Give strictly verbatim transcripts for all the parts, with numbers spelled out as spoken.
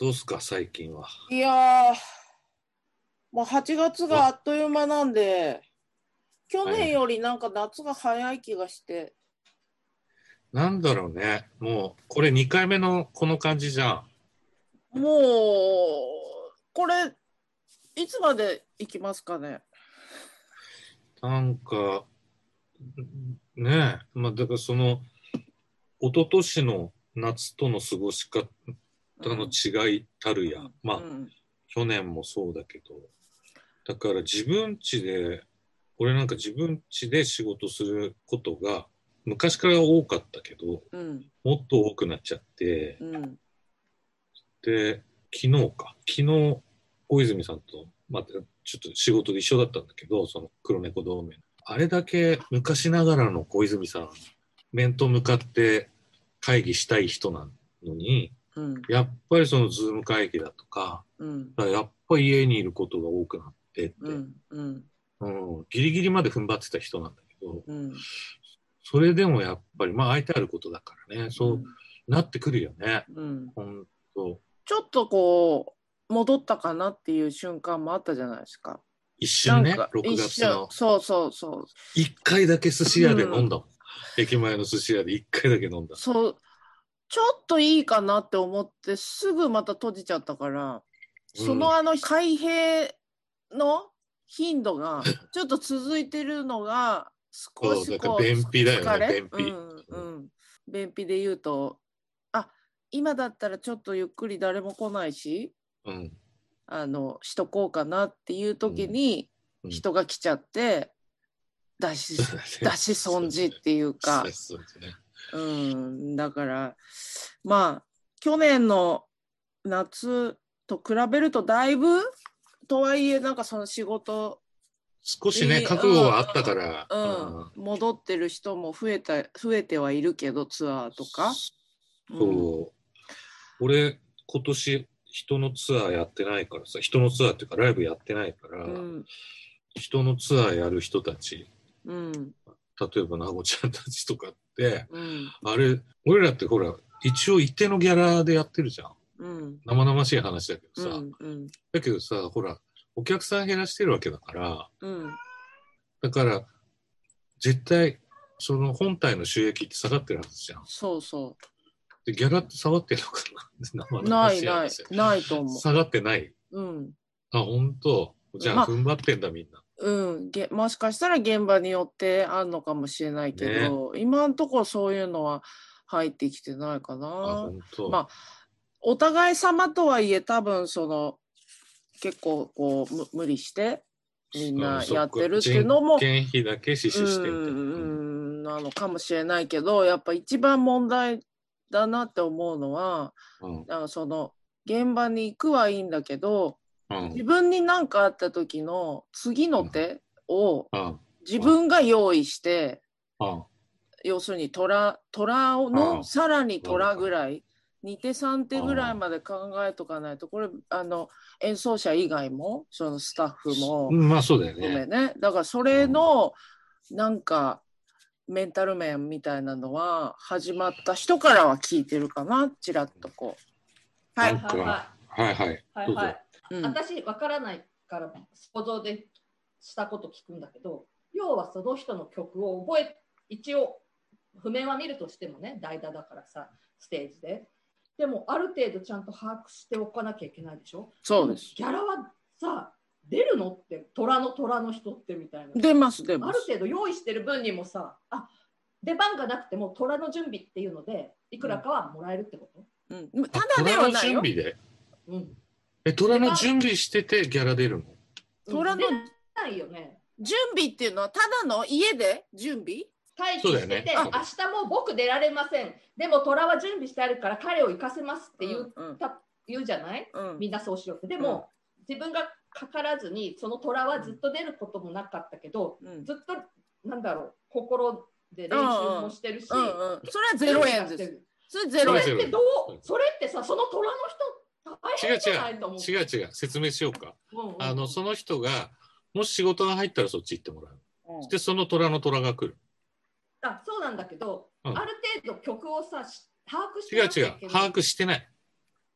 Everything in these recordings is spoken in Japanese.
どうすか最近は。 いやー、もうはちがつがあっという間なんで、去年よりなんか夏が早い気がして。 なんだろうね。もう、これにかいめのこの感じじゃん。もう、これ、いつまで行きますかね。 なんか、ねえ。まあ、だからその、一昨年の夏との過ごし方の違いたるや。 うん、 まあ、 うん、 去年もそうだけど。だから自分家で、俺なんか自分家で仕事することが昔から多かったけど、 うん、 もっと多くなっちゃって、 うん、 で、昨日か。昨日、小泉さんと、またちょっと仕事で一緒だったんだけど、その黒猫同盟。あれだけ昔ながらの小泉さん、面と向かって会議したい人なのに、 うん、 やっぱりそのズーム会議だとか、 うん、 だからやっぱり家にいることが多くなってって、 うん、うん、 うん、ギリギリまで踏ん張ってた人なんだけど、 うん、 それでもやっぱり、まあ相手あることだからね、そうなってくるよね。 うん。 本当。 ちょっとこう、戻ったかなっていう瞬間もあったじゃないですか。 一瞬ね、 なんか、 6 一瞬、 月の。 そうそうそう。 一回だけ寿司屋で飲んだもん。 うん、 駅前の寿司屋で一回だけ飲んだ。 そう、ちょっといいかなって思ってすぐまた閉じちゃったから、そのあの開閉の頻度がちょっと続いてるのが少そう、だからしこう便秘だよね、 疲れ、 便秘。 うんうん、便秘で言うと、あ、今だったらちょっとゆっくり誰も来ないし、 うん。 あのしとこうかなっていう時にうん。 人が来ちゃって出し出し損じっていうか、 そうですね。 うん、だからまあ去年の夏と比べるとだいぶとはいえなんかその仕事少しね、 に、 覚悟はあったから。 うんうんうん、 うん、戻ってる人も増えた増えてはいるけどツアーとか、 そう。 うん、 俺、今年人のツアーやってないからさ、人のツアーっていうかライブやってないから、 うん、 人のツアーやる人たち、 うん、 例えばなごちゃんたちとかって、 うん、 あれ、俺らってほら、一応一定のギャラでやってるじゃん。 うん、 生々しい話だけどさ。 うん、うん、 だけどさ、ほら、お客さん減らしてるわけだから、 うん、 だから、絶対、その本体の収益って下がってるはずじゃん。 そうそで、ギャラって下がってるのかな生う、 々 ないないしい話。 ないと思下がってない。 う、うん、 あ、本当。じゃあ、 まあ、 踏ん張ってんだ、みんな。 うん、げもしかしたら現場によってあるのかもしれないけね。 ど、今のところそういうのは入ってきてないかあ、 な。 本当。 まあお互い様とはいえ多分その結構こうむ無理してみんうん、 なそっか。 やってるっていう人のも件費だけ支う出してみたいな。 ん、 うん。 うん、なのかもしれないけど、やっぱ一番問題だなって思うのは、 うん。 なんかその現場に行くはいいんだけど、 うん。 自分に何かあった時の次のうん。 手をうん。 自分が用意して、 うん。 要するに虎、虎うん。 のさらにわかる。 虎ぐらい、に手さん手ぐらいまで考えとかないと、これあの演奏者以外もそのスタッフもうん。まあ、そうだよね。 含めね、だからそれのなんかメンタル面みたいなのは始まった人からは聞いてるかな、ちらっとこう。はい。 なんか、はいはい。 はいはい。うん、私、わからないから想像でしたこと聞くんだけど、要はその人の曲を覚え、一応、譜面は見るとしてもね、代打だからさ、ステージで。でも、ある程度ちゃんと把握しておかなきゃいけないでしょ。 そうです。 でもギャラはさ、出るのって、虎の虎の人ってみたいな。 出ます、出ます。 ある程度用意してる分にもさ、あ、出番がなくても虎の準備っていうので、いくらかはもらえるってこと、 うん、ただではないよ。 虎の準備で、 うん、 え、虎の準備しててギャラ出るの？ 虎のないよね。 準備っていうのはただの家で準備待機してて、ね、明日も僕出られません。でも虎は準備してあるから彼を行かせますって言う、うんうん、言うじゃない、うん、みんなそうしようって。でも、うん、自分がかからずにその虎はずっと出ることもなかったけど、うん、ずっとなんだろう、心で練習もしてるし、うんうんうん、 それはゼロえんです。それゼロえん。 それってどう、それってさ、その虎の人大変じゃないと思う。 違う違う違う、説明しようか。 うんうんうん、 あのその人がもし仕事が入ったらそっち行ってもらう。うん、でその虎の虎が来る。 あ、そうなんだけど、うん、ある程度曲をさ把握して違う違う、把握してない。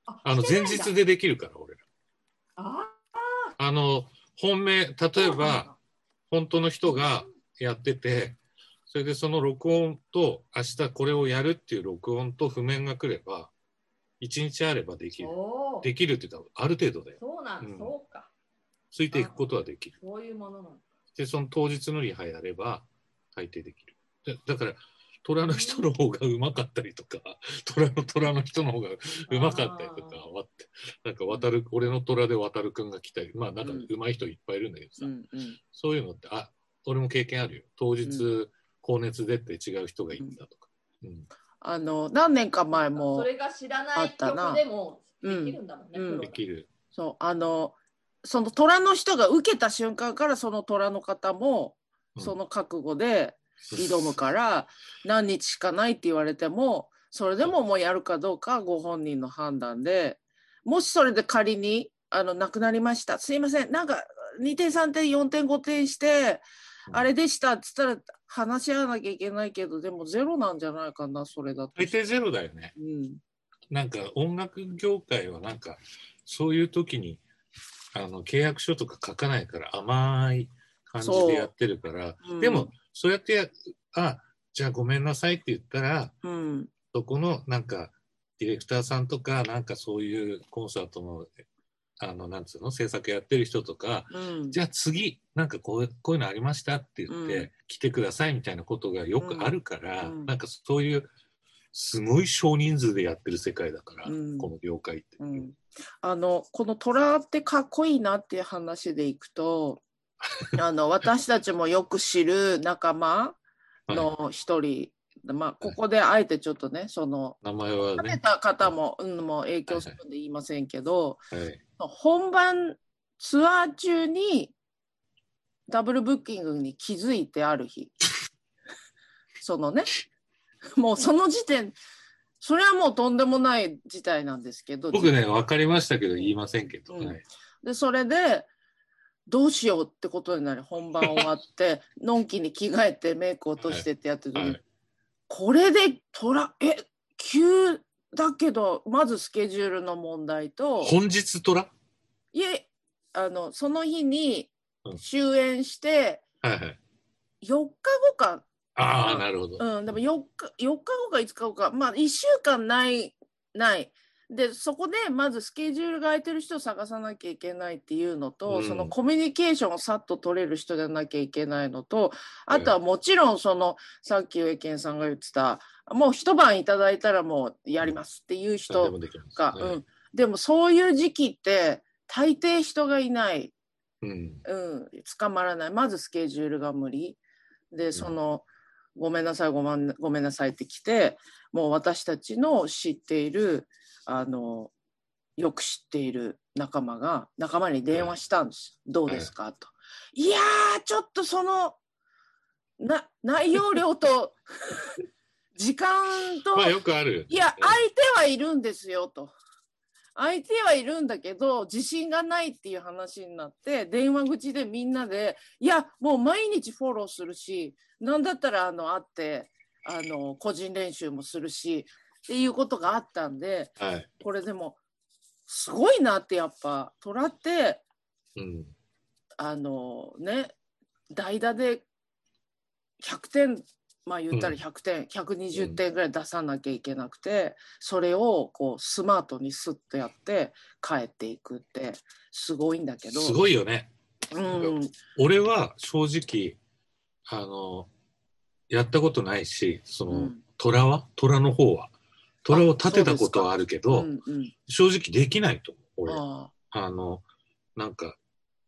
あ, あの前日でできるから俺ら。 ああの本命、例えば本当の人がやってて、それでその録音と明日これをやるっていう録音と譜面が来ればいちにちあればできる。できるって言ったらある程度だよ。 そうなん、うん、そうか。 ついていくことはできる。 そういうものなの。 でその当日のリハやれば大抵できる。でだから虎の人の方がうまかったりとか、虎の虎の人の方がうまかったりとか、なんか渡る、俺の虎で渡るくんが来たり、まあなんかうまい人いっぱいいるんだけどさ、うんうん、そういうのって、あ、俺も経験あるよ。当日、うん、高熱でって違う人がいたとか。うんうん、 あの何年か前もそれが知らない曲でもできるんだもんね。 うんうん、 できる。 そう、あのその虎の人が受けた瞬間からその虎の方もその覚悟で、挑むから何日しかないって言われてもそれでももうやるかどうかご本人の判断で、もしそれで仮にあの亡くなりました、すいませんなんかにてんさんてんよんてんごてんしてあれでしたっつったら話し合わなきゃいけないけど、でもゼロなんじゃないかな、それだと。 大抵ゼロだよね、うん、なんか音楽業界はなんかそういう時にあの契約書とか書かないから甘い感じでやってるから、うん、でもそうやってやあじゃあごめんなさいって言ったら、うん、そこのなんかディレクターさんとかなんかそういうコンサートのあのなんつうの制作やってる人とか、うん、じゃあ次なんかこうこういうのありましたって言って、うん、来てくださいみたいなことがよくあるから、うん、なんかそういうすごい少人数でやってる世界だから、うん、この業界って、うん、 あのこの虎ってかっこいいなっていう話でいくとあの私たちもよく知る仲間の一人、はい、まあ、ここであえてちょっとねその名前はね食べた方も、うん、もう影響するんで言いませんけど、はいはい、本番ツアー中にダブルブッキングに気づいてある日そのねもうその時点それはもうとんでもない事態なんですけど、 僕ね分かりましたけど言いませんけど、うんはい、 でそれでどうしようってことになり本番終わってのんきに着替えてメイク落としてってやってる時に、はいはい、これで虎え急だけどまずスケジュールの問題と本日虎いえあのその日に終演して、うんはいはい、よっかごかああなるほど、 うん、でもよっか、よっかごかいつかごかまあいっしゅうかんないないでそこでまずスケジュールが空いてる人を探さなきゃいけないっていうのと、うん、そのコミュニケーションをさっと取れる人でなきゃいけないのと、あとはもちろんそのさっき植健さんが言ってたもう一晩いただいたらもうやりますっていう人が、うん、うん、でもそういう時期って大抵人がいない、うんうん、捕まらない、まずスケジュールが無理で、その、うん、ごめんなさいごめん、ごめんなさいって来てもう私たちの知っているあのよく知っている仲間が仲間に電話したんです、うん、どうですか、はい、といやーちょっとそのな内容量と時間とまあよくあるよね、 いや相手はいるんですよと相手はいるんだけど自信がないっていう話になって電話口でみんなでいやもう毎日フォローするしなんだったらあの会ってあの個人練習もするしっていうことがあったんで、はい、これでもすごいなってやっぱ虎って、うん、あのね代打でひゃくてんまあ言ったらひゃくてん、うん、ひゃくにじゅってんぐらい出さなきゃいけなくて、うん、それをこうスマートにスッとやって帰っていくってすごいんだけどすごいよね、うん、俺は正直あのやったことないしその、うん、虎は虎の方は虎を立てたことはあるけど、うんうん、正直できないと思う俺ああのなんか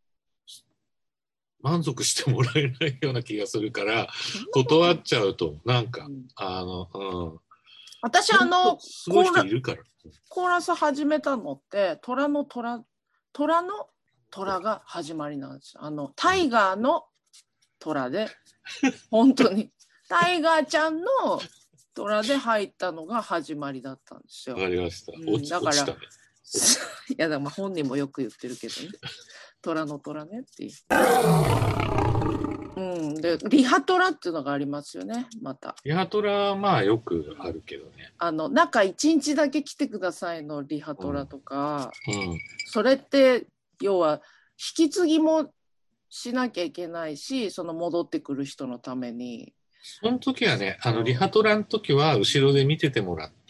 満足してもらえないような気がするから断っちゃうとなんか、うん、あの、うん、 私あのすごい人いるからコーラス始めたのって虎の虎虎の虎が始まりなんですよ。あのタイガーの虎で本当にタイガーちゃんの虎で入ったのが始まりだったんですよ。 わかりました。 うん、だから、ね、いやだまあ本人もよく言ってるけどね。虎の虎ねっていう。 うん、でリハトラっていうのがありますよね、また。 リハトラはまあよくあるけどね。 あの中いちにちだけ来てくださいのリハトラとか、 うんうん、 それって要は引き継ぎもしなきゃいけないし、その戻ってくる人のために。 その時はね、あのリハトラの時は後ろで見ててもらって、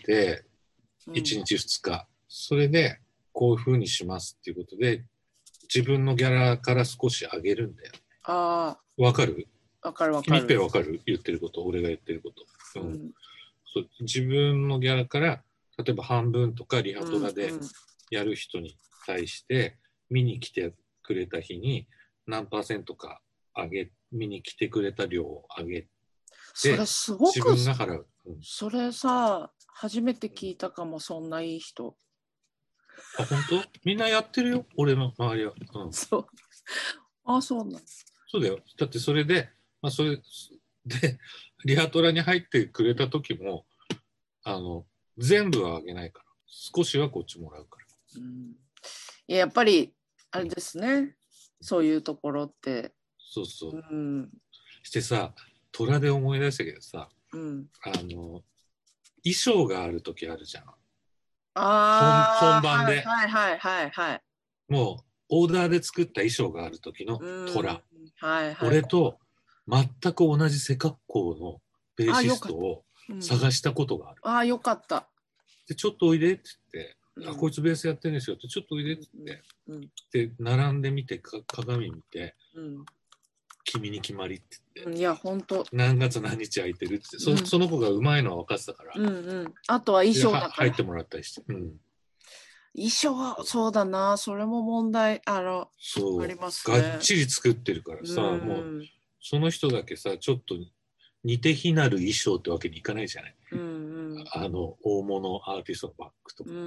いちにちふつか、うん、それでこういう風にしますっていうことで、自分のギャラから少し上げるんだよ。 ああ。 わかる？ わかるわかる。 君ってわかる？言ってること、俺が言ってること。うんうん、そう、自分のギャラから例えば半分とかリハトラでやる人に対して見に来てくれた日に何パーセントか上げ、見に来てくれた量を上げて、 それすごく自分が払う、 うん、それさ初めて聞いたかも、そんないい人。 あ、本当？みんなやってるよ、俺の周りは。うん、 そう。あ、そうなんです。 そうだよ。だってそれで、まあ、それでリハトラに入ってくれた時もあの全部はあげないから、少しはこっちもらうから。 うん、いや、やっぱりあれですね、うん、そういうところって。 そうそう。 うん、 してさ、虎で思い出したけどさ、うん、あの衣装がある時あるじゃん。 あ本, 本番で、 はいはいはいはい。 もうオーダーで作った衣装がある時の虎、うんはいはい、俺と全く同じ背格好のベーシストを探したことがある。 ああ、よかった。 で、ちょっとおいでって言って、うん、あ、こいつベースやってるんですよって、ちょっとおいでって言って、うんうん、で、並んでみて、か鏡見て、うん、君に決まりって言って、 いや、本当何月何日空いてるって、そ、うん、その子がうまいのは分かってたから、 うんうん、あとは衣装だから入ってもらったりして、うん、 衣装はそうだな、それも問題あのそうありますね。 がっちり作ってるからさ、うん、もうその人だけさ、ちょっと似て非なる衣装ってわけにいかないじゃない、うんうん、あの大物アーティストのバッグとか、うんうん、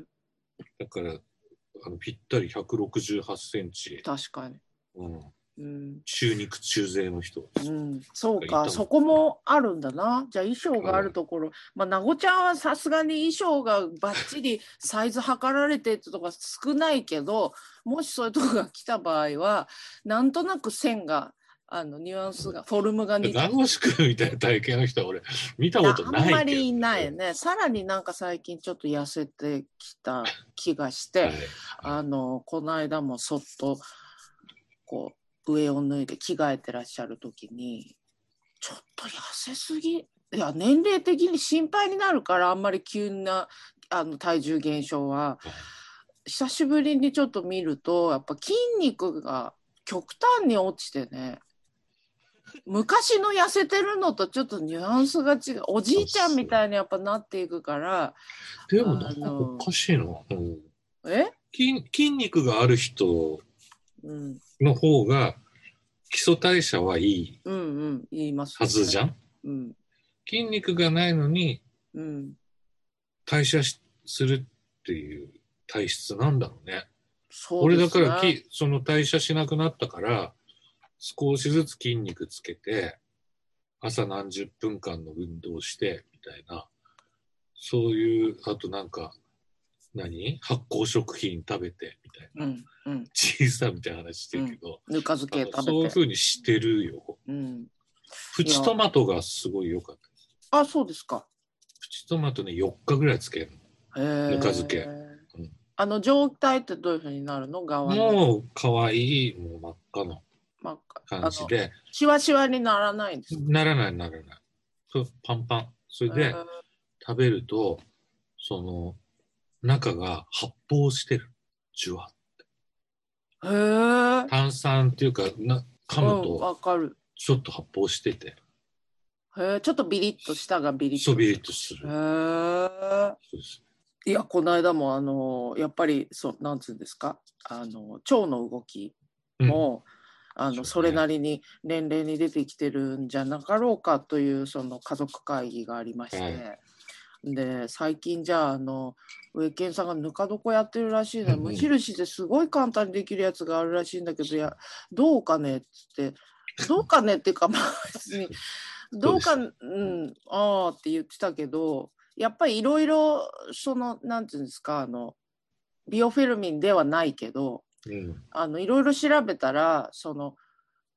だからあのぴったりひゃくろくじゅうはちセンチ、 確かに、 うんうん、中肉中背の人、 うん、そうか、そこもあるんだな。じゃあ衣装があるところ、まあなごちゃんはさすがに衣装がバッチリサイズ測られてってとか少ないけど、もしそういうとこが来た場合はなんとなく線があのニュアンスが、うん、フォルムが似て名越くんみたいな体型の人は俺見たことないけど、ね、 あんまりいないね。さらになんか最近ちょっと痩せてきた気がして、はいはい、あのこの間もそっとこう上を脱いで着替えてらっしゃる時にちょっと痩せすぎ、いや年齢的に心配になるから、あんまり急なあの体重減少は、久しぶりにちょっと見るとやっぱ筋肉が極端に落ちてね、昔の痩せてるのとちょっとニュアンスが違う、おじいちゃんみたいにやっぱなっていくから。 でもなんかおかしいな、うん、 え筋, 筋肉がある人の方が基礎代謝はいいはずじゃん、うんうん、筋肉がないのに代謝するっていう体質なんだろうね。そうですね。俺だからきその代謝しなくなったから少しずつ筋肉つけて朝何十分間の運動してみたいな、そういう、あとなんか何発酵食品食べてみたいな、うんうん、チーズみたいな話してるけど、 うん、ぬか漬け食べてそういう風にしてるよ、うん、プチトマトがすごい良かった。 あ、そうですか。 プチトマトねよっかぐらいつけるの、ぬか漬け、 うん、あの状態ってどういう風になるの？側のもうかわいい、もう真っ赤の感じで、 シワシワにならないんですか？ ならないならない、そうパンパン。それで食べるとその中が発泡してる、ジュワって。へー。炭酸っていうかな、噛むとわかる。 ちょっと発泡してて、 へー、ちょっとビリッと舌がビリッと。 そうビリッとする。へー。そうですね。いや、この間もあのやっぱりそう、なんつうんですか、あの腸の動きも、うんあのそれなりに年齢に出てきてるんじゃなかろうかというその家族会議がありまして、はい、で最近じゃああの植健さんがぬか床やってるらしいの、うんうん、無印ですごい簡単にできるやつがあるらしいんだけど、いやどうかねっつってどうかねっていうかまあ別にどうかうんああって言ってたけど、やっぱりいろいろそのなんていうんですか、あのビオフェルミンではないけど、うん、あのいろいろ調べたらその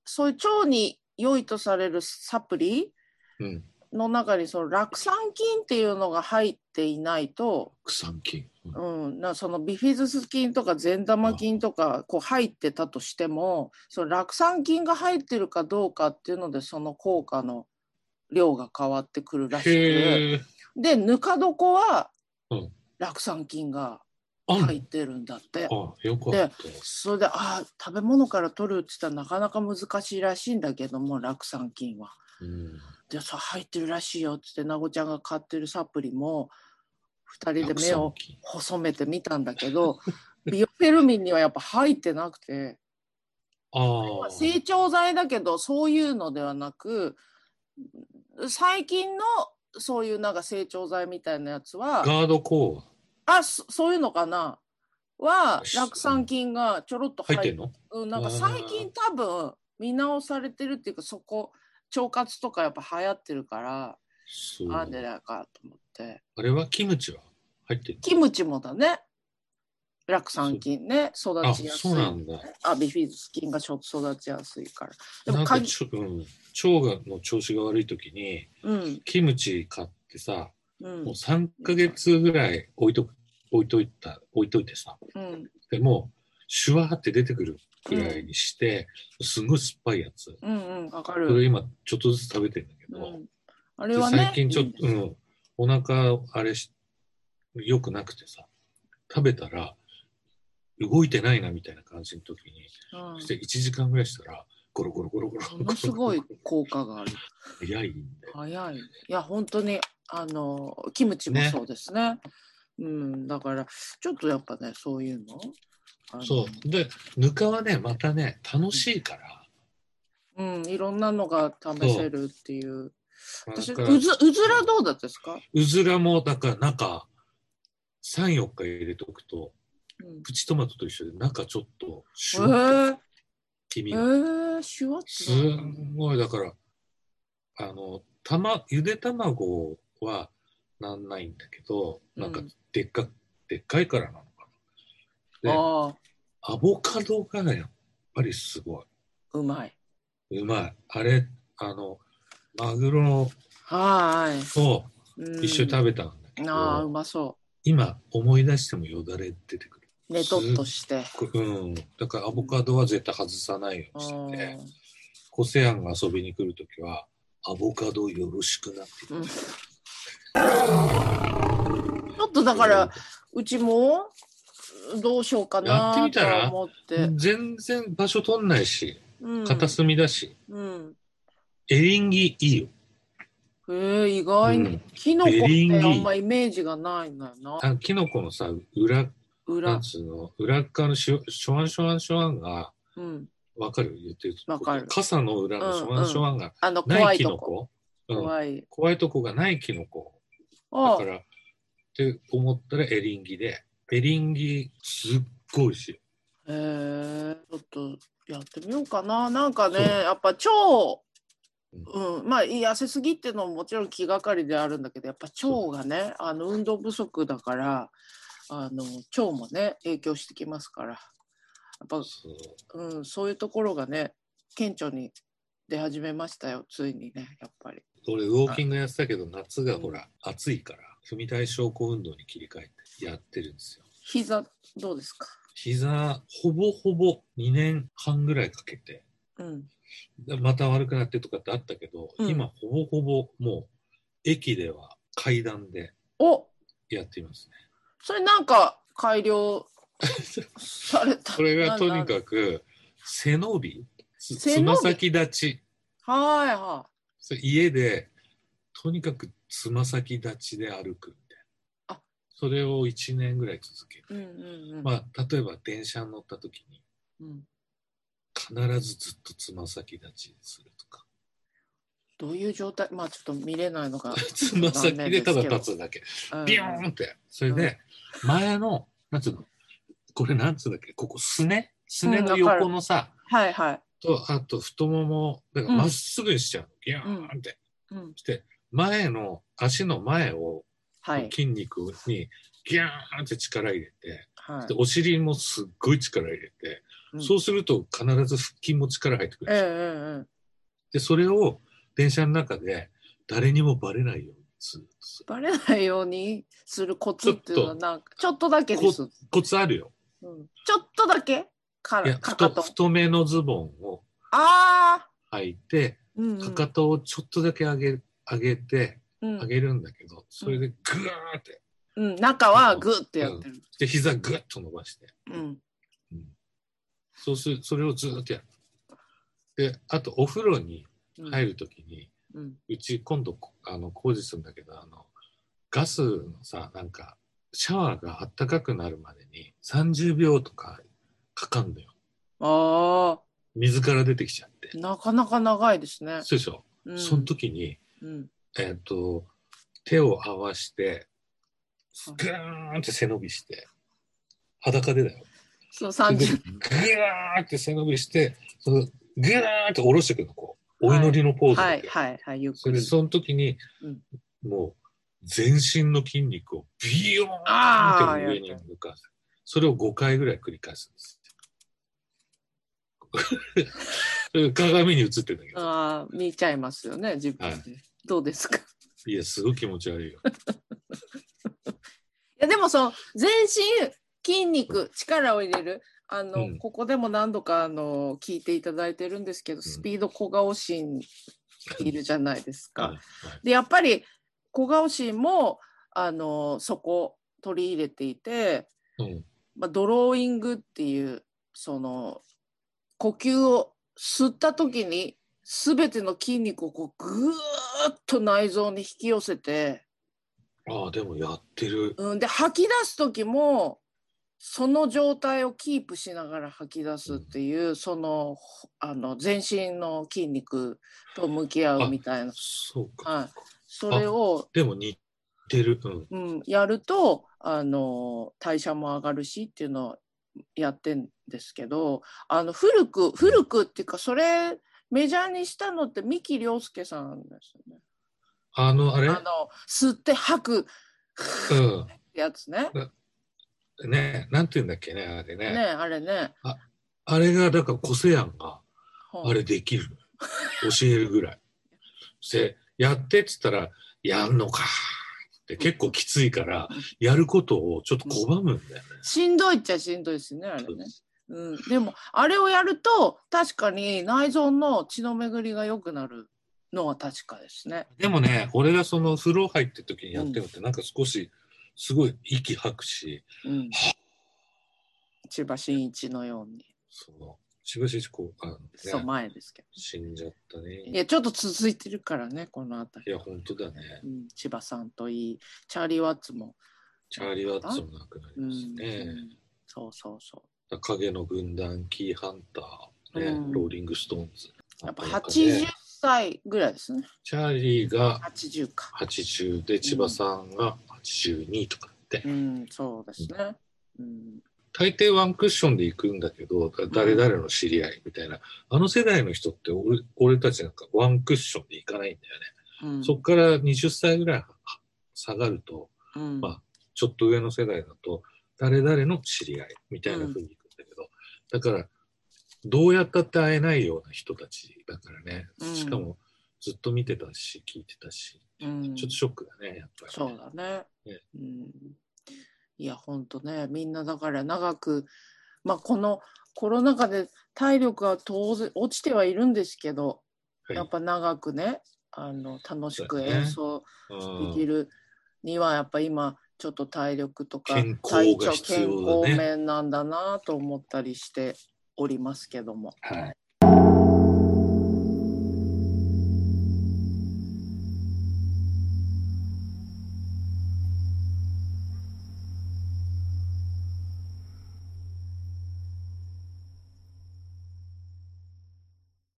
そういう腸に良いとされるサプリの中にその酪酸菌っていうのが入っていないと、 酪酸菌、 うん、なそのビフィズス菌とか善玉菌とかこう入ってたとしても、その酪酸菌が入ってるかどうかっていうのでその効果の量が変わってくるらしく、でぬか床は酪酸菌が入ってるんだって。 あ、よかった。 でそれであ食べ物から取るって言ったらなかなか難しいらしいんだけども、酪酸菌は。うん、でさ入ってるらしいよって言ってなごちゃんが買ってるサプリもふたりで目を細めてみたんだけどビオフェルミンにはやっぱ入ってなくて、あ成長剤だけどそういうのではなく、最近のそういうなんか成長剤みたいなやつはガードコーあ そ, そういうのかなは酪酸菌がちょろっと入ってるの、うん、なんか最近多分見直されてるっていうか、そこ腸活とかやっぱ流行ってるからなんでだかと思って。 あれはキムチは入ってる？ キムチもだね、酪酸菌ね育ちやすい。 あ、そうなんだ。 あビフィズス菌がちょっと育ちやすいから。 でもなんかちょ、うん、腸がの調子が悪い時に、うん、キムチ買ってさ、うん、もうさんかげつぐらい置いとく置いといた置いといてさ、うん、でもシュワーって出てくるぐらいにして、うん、すごい酸っぱいやつ、 うんうん、わかる。 それ今ちょっとずつ食べてるんだけど、うん、あれはね、最近ちょっと、うん、お腹あれし良くなくてさ、食べたら動いてないなみたいな感じの時に、うん、そしていちじかんぐらいしたらゴロゴロゴロゴロ、 ものすごい効果がある。 早いんで。 早い。いや本当にあのキムチもそうですね。ね、うん、だからちょっとやっぱねそういうの。 そうでぬかはねまたね楽しいから。 うん、いろんなのが試せるっていう。私うずうずらどうだったですか？ うずらもだから中さん、よっか入れておくと、うん、プチトマトと一緒で中ちょっとシュワッと黄身が、えー、シュワッとすごい。だからあのたまゆで卵はなんないんだけど、うん、なんかでっかでっかいからなのかな。であアボカドがねやっぱりすごい。 うまい。 うまい。あれあのマグロはいと一緒に食べたんだけど、 ああうまそう。 今思い出してもよだれ出てくる。 ねとっとして。 うん。だからアボカドは絶対外さないようにしてて、コセアンが遊びに来るときはアボカドよろしくなって言って、 うん、ちょっとだから、うん、うちもどうしようかなと思って。やってみたら全然場所取んないし、うん、片隅だし、うん、エリンギいいよ。 へえ意外に、うん、キノコってあんまイメージがないんだよな。 あキノコのさ裏裏なんつうの裏側のシュシュワンシュワンシュワンが、うん、分かる言ってる分かる。 傘の裏のシュワンシュワンがないキノコ、 うんうん、怖い怖いとこがないキノコだからって思ったらエリンギで、エリンギすっごい美味しい。へえちょっとやってみようかな。なんかねやっぱ腸うん、まあ痩せすぎっていうのももちろん気がかりであるんだけど、やっぱ腸がねあの運動不足だからあの腸もね影響してきますから、やっぱそう、うん、そういうところがね顕著に出始めましたよついにねやっぱり。 俺ウォーキングやってたけど夏がほら、うん、暑いから踏み台昇降運動に切り替えてやってるんですよ。 膝どうですか？ 膝ほぼほぼにねんはんぐらいかけて、うんまた悪くなってとかってあったけど、うん、今ほぼほぼもう駅では階段でやっていますね。 それなんか改良された。 これがとにかく背伸び、つま先立ち。 はいはい。 それ家でとにかくつま先立ちで歩くみたいな。あ、それをいちねんぐらい続けて、うんうんうん、まあ例えば電車に乗った時に。うん必ずずっとつま先立ちするとか。 どういう状態？まあちょっと見れないのがつま先でただ立つだけ、うん、ビヨーンってそれで前のなんつうのこれなんつうんだっけここすねすねの横のさ、 うん、はいはいとあと太ももだからまっすぐにしちゃうの、うん、ギヨーンって、うん、して前の足の前を、はい、筋肉にギヨーンって力入れて、はい、でお尻もすっごい力入れてうん、 そうすると必ず腹筋も力入ってくるでしょ、 ええええ、 でそれを電車の中で誰にもバレないようにする。 バレないようにするコツっていうのはなんかちょっとだけです。 コツあるよ、 うん、ちょっとだけかいやかかと太めのズボンを履いて、 うんうん、 かかとをちょっとだけ上げ上げて、うん、上げるんだけど、それでグーって、 うん、中はグーってやってる、うん、 で膝グッと伸ばして、 うんうん、そうするそれをずっとやる。であとお風呂に入るときに、うん、うち今度あの工事するんだけど、あのガスのさ、なんかシャワーがあったかくなるまでにさんじゅうびょうとかかかんだよ。 ああ、 水から出てきちゃって。 なかなか長いですね。 そうでしょ、うん、その時に、うん、えっと手を合わしてグーンって背伸びして裸でだよ。 そうさんじゅうグーンって背伸びしてそのグーンって下ろしてくるの、こうお祈りのポーズで、 はいはいはい、ゆっくり。 それでその時に、うん、もう全身の筋肉をビヨーンって上に向かす。それをごかいぐらい繰り返すんです鏡に映ってるんだけど。 ああ、見ちゃいますよね、自分で。はい、どうですか？ いや、すごい気持ち悪いよ。 いや、でもその全身筋肉、力を入れる。あの、うん、ここでも何度かあの聞いていただいてるんですけど、うん、スピード小顔心いるじゃないですか。はいはい、で、やっぱり小顔心もあのそこ取り入れていて、うんまあ、ドローイングっていうその呼吸を吸った時に全ての筋肉をこうぐーっと内臓に引き寄せて、 ああでもやってる、 うん、で吐き出す時もその状態をキープしながら吐き出すっていう、うん、そのあの全身の筋肉と向き合うみたいな。 そうか、 はい、それをでも似てる、 うんうん、やるとあの代謝も上がるしっていうのをやってんですけど、あの古く古くっていうかそれメジャーにしたのって三木亮介さんですよね。 あのあれあの吸って吐く、うん、やつね。 ね、なんていうんだっけね、あれね。 ね、あれね。 あ、あれが、だから、コセヤンが、あれできる。教えるぐらい。で、やってっつったら、やんのかって結構きついから、やることをちょっと拒むんだよね。 しんどいっちゃしんどいですね、あれね。うん、でも、あれをやると、確かに内臓の血の巡りが良くなるのは確かですね。 でもね、俺がその風呂入ってる時にやってるのって、うん、なんか少し、すごい息吐くし、うん、 千葉真一のように。 そう。千葉真一こう、あの、ね、 そう前ですけど。 死んじゃったね。 いや、ちょっと続いてるからね、この辺り。 いや、本当だね。 うん、千葉さんといい、チャーリー・ワッツも。 チャーリー・ワッツも亡くなりましたね。うんうん、 そうそうそう。 影の軍団、キーハンター、ね、うん、ローリング・ストーンズ。 やっぱはちじゅっさいぐらいですね。 チャーリーがはちじゅうか。 はちじゅうで、千葉さんがはちじゅうにとかって。 うん、うん、そうですね。うん、 大抵ワンクッションで行くんだけど、誰々の知り合いみたいな、うん、あの世代の人って俺、俺たちなんかワンクッションで行かないんだよね。うん、そこからはたちぐらい下がると、うん、まあ、ちょっと上の世代だと、誰々の知り合いみたいな風に行くんだけど、うん、だから、どうやったって会えないような人たちだからね、うん、しかもずっと見てたし、聞いてたし、うん、ちょっとショックだね、やっぱり、ね。 そうだね。ねうん、いや、ほんとね、みんなだから長く、まあ、このコロナ禍で体力は当然落ちてはいるんですけど、はい、やっぱ長くね、あの楽しく演奏できるには、やっぱ今、ちょっと体力とか健康が必要だね、 健康面なんだなと思ったりしておりますけども。 はい。